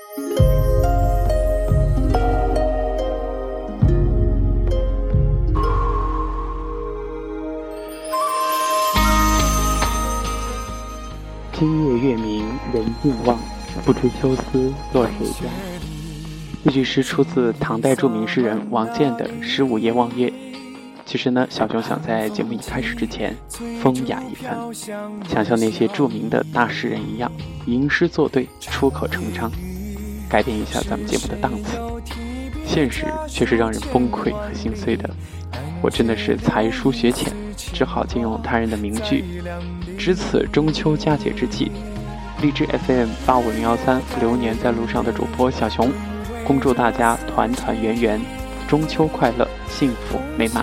今夜月明人尽望，不知秋思落谁家。这句诗出自唐代著名诗人王建的《十五夜望月》。其实呢，小熊想在节目一开始之前风雅一番，想像那些著名的大诗人一样，吟诗作对，出口成章，改变一下咱们节目的档次。现实却是让人崩溃和心碎的。我真的是才疏学浅，只好借用他人的名句。值此中秋佳节之际，荔枝 FM85013流年在路上的主播小熊，恭祝大家团团圆圆，中秋快乐，幸福美满。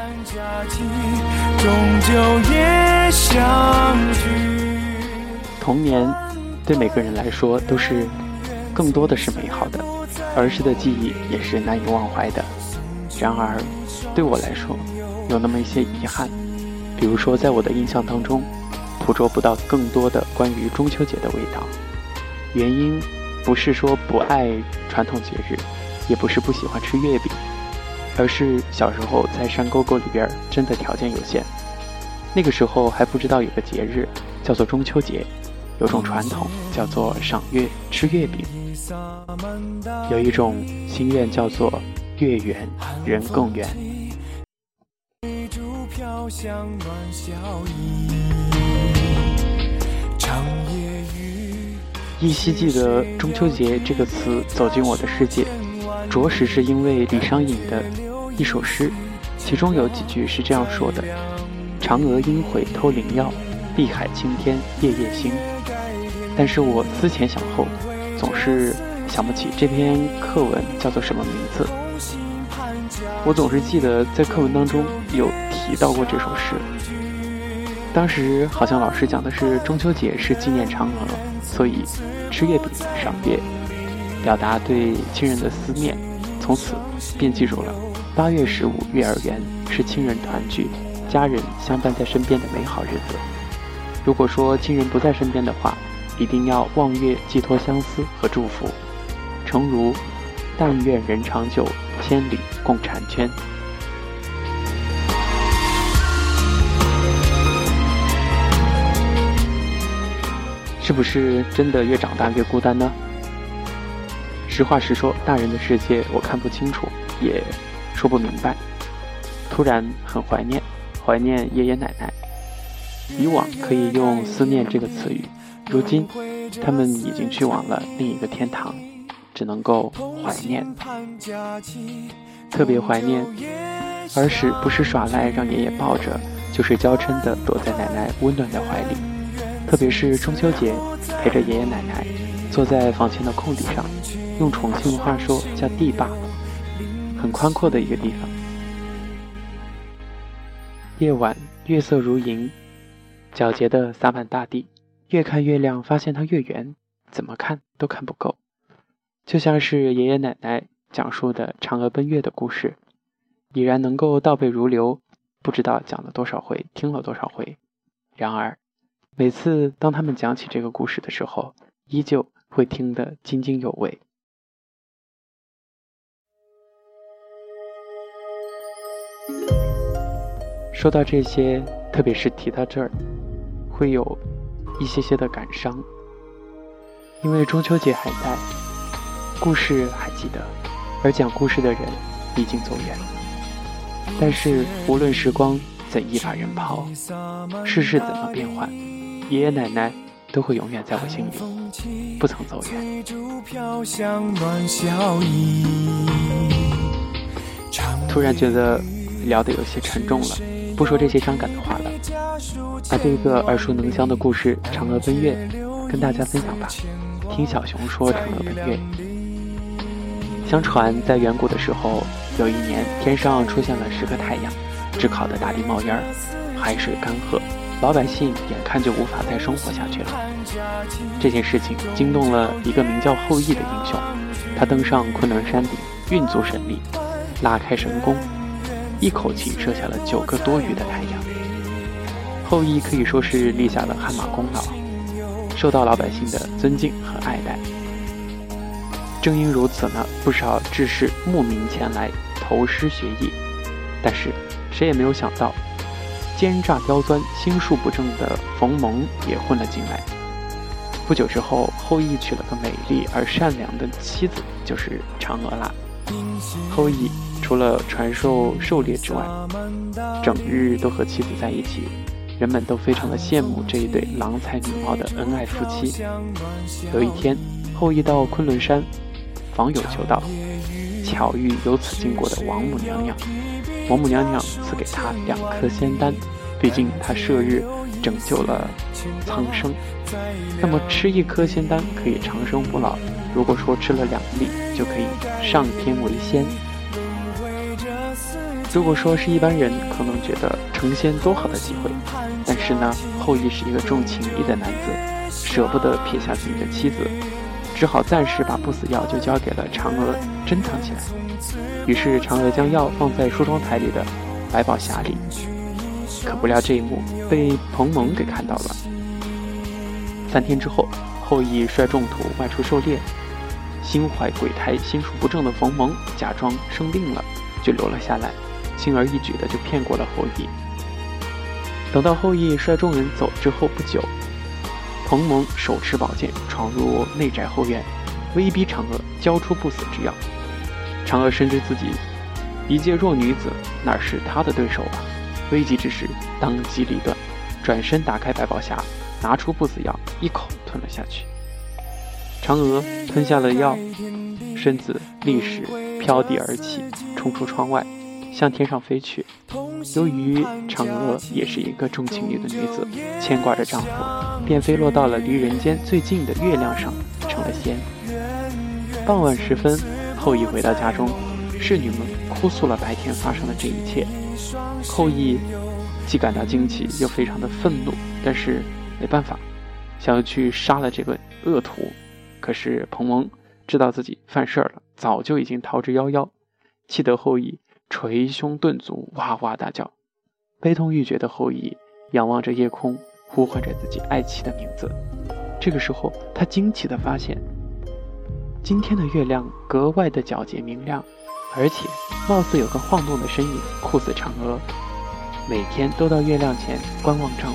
童年对每个人来说都是更多的是美好的，儿时的记忆也是难以忘怀的。然而对我来说有那么一些遗憾，比如说在我的印象当中捕捉不到更多的关于中秋节的味道。原因不是说不爱传统节日，也不是不喜欢吃月饼，而是小时候在山沟沟里边真的条件有限。那个时候还不知道有个节日叫做中秋节，有种传统叫做赏月吃月饼，有一种心愿叫做月圆人更圆。依稀记得中秋节这个词走进我的世界，着实是因为李商隐的一首诗，其中有几句是这样说的：嫦娥应悔偷灵药，碧海青天夜夜星。但是我思前想后，总是想不起这篇课文叫做什么名字。我总是记得在课文当中有提到过这首诗，当时好像老师讲的是中秋节是纪念嫦娥，所以吃月饼赏月，表达对亲人的思念，从此便记住了8月15月儿圆是亲人团聚、家人相伴在身边的美好日子。如果说亲人不在身边的话，一定要望月寄托相思和祝福，诚如但愿人长久，千里共婵娟。是不是真的越长大越孤单呢？实话实说，大人的世界我看不清楚，也说不明白。突然很怀念爷爷奶奶。以往可以用思念这个词语，如今他们已经去往了另一个天堂，只能够怀念。特别怀念儿时不是耍赖让爷爷抱着，就是娇嗔地躲在奶奶温暖的怀里。特别是中秋节，陪着爷爷奶奶坐在房前的空地上，用重庆话说叫地坝，很宽阔的一个地方。夜晚月色如银，皎洁的洒满大地，越看月亮发现它越圆，怎么看都看不够。就像是爷爷奶奶讲述的嫦娥奔月的故事，已然能够倒背如流，不知道讲了多少回，听了多少回。然而每次当他们讲起这个故事的时候，依旧会听得津津有味。说到这些，特别是提到这儿，会有一些些的感伤，因为中秋节还在，故事还记得，而讲故事的人已经走远。但是无论时光怎一把人抛，世事怎么变幻，爷爷奶奶都会永远在我心里，不曾走远。突然觉得聊得有些沉重了，不说这些伤感的话了，把这个耳熟能详的故事嫦娥奔月跟大家分享吧。听小熊说嫦娥奔月。相传在远古的时候，有一年天上出现了10个太阳，炙烤的大地冒烟，海水干涸，老百姓眼看就无法再生活下去了。这件事情惊动了一个名叫后羿的英雄，他登上昆仑山顶，运足神力，拉开神弓，一口气射下了9个多余的太阳。后羿可以说是立下了汗马功劳，受到老百姓的尊敬和爱戴。 正因如此呢，不少志士慕名前来投师学艺，但是谁也没有想到，奸诈刁钻、心术不正的冯蒙也混了进来。不久之后，后羿娶了个美丽而善良的妻子，就是嫦娥啦。后羿除了传授狩猎之外，整日都和妻子在一起，人们都非常的羡慕这一对郎才女貌的恩爱夫妻。有一天，后羿到昆仑山访友求道，巧遇由此经过的王母娘娘。王母娘娘赐给他2颗仙丹，毕竟他射日拯救了苍生，那么吃1颗仙丹可以长生不老，如果说吃了2粒就可以上天为仙。如果说是一般人可能觉得成仙多好的机会，但是呢，后羿是一个重情义的男子，舍不得撇下自己的妻子，只好暂时把不死药就交给了嫦娥珍藏起来。于是嫦娥将药放在梳妆台里的百宝匣里，可不料这一幕被彭蒙给看到了。3天之后，后羿率众徒外出狩猎，心怀鬼胎、心术不正的冯蒙假装生病了，就留了下来，轻而易举的就骗过了后羿。等到后羿率众人走之后不久，彭蒙手持宝剑闯入内宅后院，威逼嫦娥交出不死之药。嫦娥深知自己一介弱女子，哪是他的对手啊！危急之时，当机立断，转身打开百宝匣，拿出不死药，一口吞了下去。嫦娥吞下了药，身子立时飘地而起，冲出窗外，向天上飞去。由于嫦娥也是一个重情义的女子，牵挂着丈夫，便飞落到了离人间最近的月亮上，成了仙。傍晚时分，后羿回到家中，侍女们哭诉了白天发生的这一切。后羿既感到惊奇，又非常的愤怒，但是没办法，想要去杀了这个恶徒。可是彭蒙知道自己犯事了，早就已经逃之夭夭，气得后羿捶胸顿足，哇哇大叫。悲痛欲绝的后羿仰望着夜空，呼唤着自己爱妻的名字。这个时候，他惊奇地发现，今天的月亮格外的皎洁明亮，而且貌似有个晃动的身影，酷似嫦娥，每天都到月亮前观望丈夫。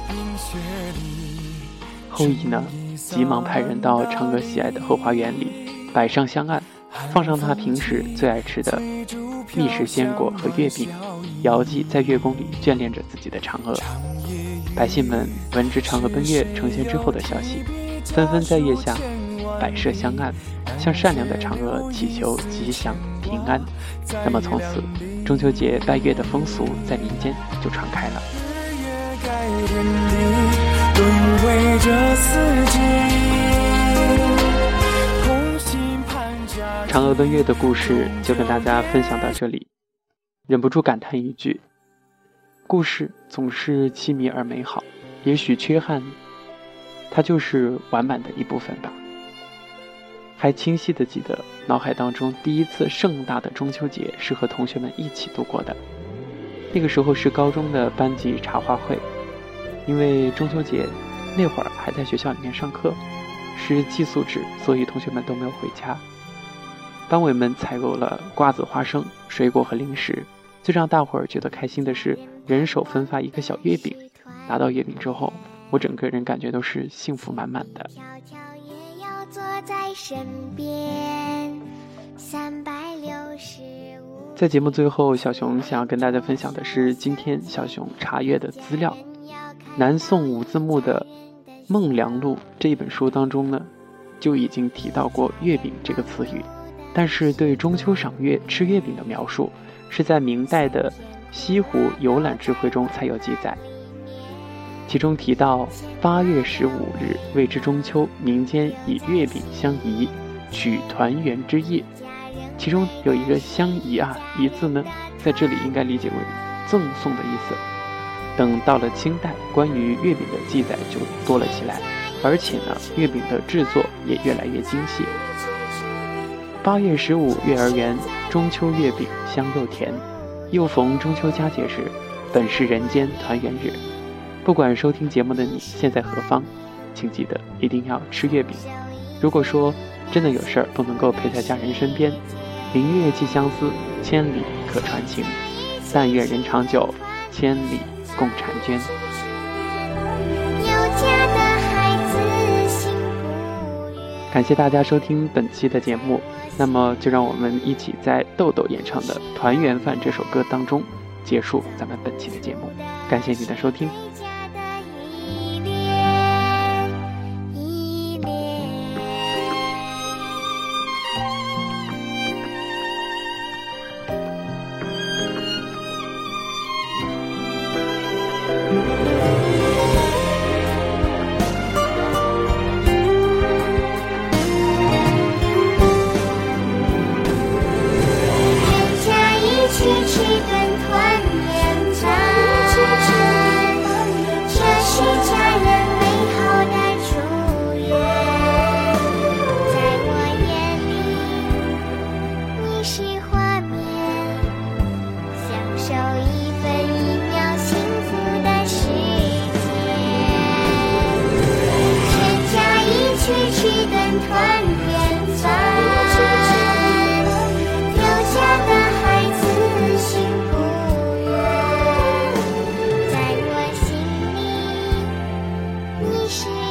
后羿呢，急忙派人到嫦娥喜爱的后花园里摆上香案，放上他平时最爱吃的蜜食鲜果和月饼，遥祭在月宫里眷恋着自己的嫦娥。百姓们闻知嫦娥奔月成仙之后的消息，纷纷在月下摆设香案，向善良的嫦娥祈求吉祥平安。那么从此，中秋节拜月的风俗在民间就传开了。嫦娥奔月的故事就跟大家分享到这里，忍不住感叹一句：故事总是凄迷而美好，也许缺憾，它就是完满的一部分吧。还清晰地记得脑海当中第一次盛大的中秋节是和同学们一起度过的。那个时候是高中的班级茶话会，因为中秋节那会儿还在学校里面上课，是寄宿制，所以同学们都没有回家。班委们采购了瓜子、花生、水果和零食，最让大伙儿觉得开心的是人手分发一个小月饼。拿到月饼之后，我整个人感觉都是幸福满满的。坐在身边365。在节目最后，小熊想要跟大家分享的是今天小熊查阅的资料。南宋五字墓的《孟良录》这一本书当中呢，就已经提到过月饼这个词语，但是对中秋赏月吃月饼的描述是在明代的西湖游览智慧中才有记载。其中提到8月15日谓之中秋，民间以月饼相宜，取团圆之夜。其中有一个相宜啊，宜字呢，在这里应该理解为赠送的意思。等到了清代，关于月饼的记载就多了起来，而且呢，月饼的制作也越来越精细。8月15月儿圆，中秋月饼香又甜，又逢中秋佳节时，本是人间团圆日。不管收听节目的你现在何方，请记得一定要吃月饼。如果说真的有事儿都能够陪在家人身边。明月寄相思，千里可传情。但愿人长久，千里共婵娟。感谢大家收听本期的节目，那么就让我们一起在豆豆演唱的《团圆饭》这首歌当中结束咱们本期的节目。感谢你的收听。 是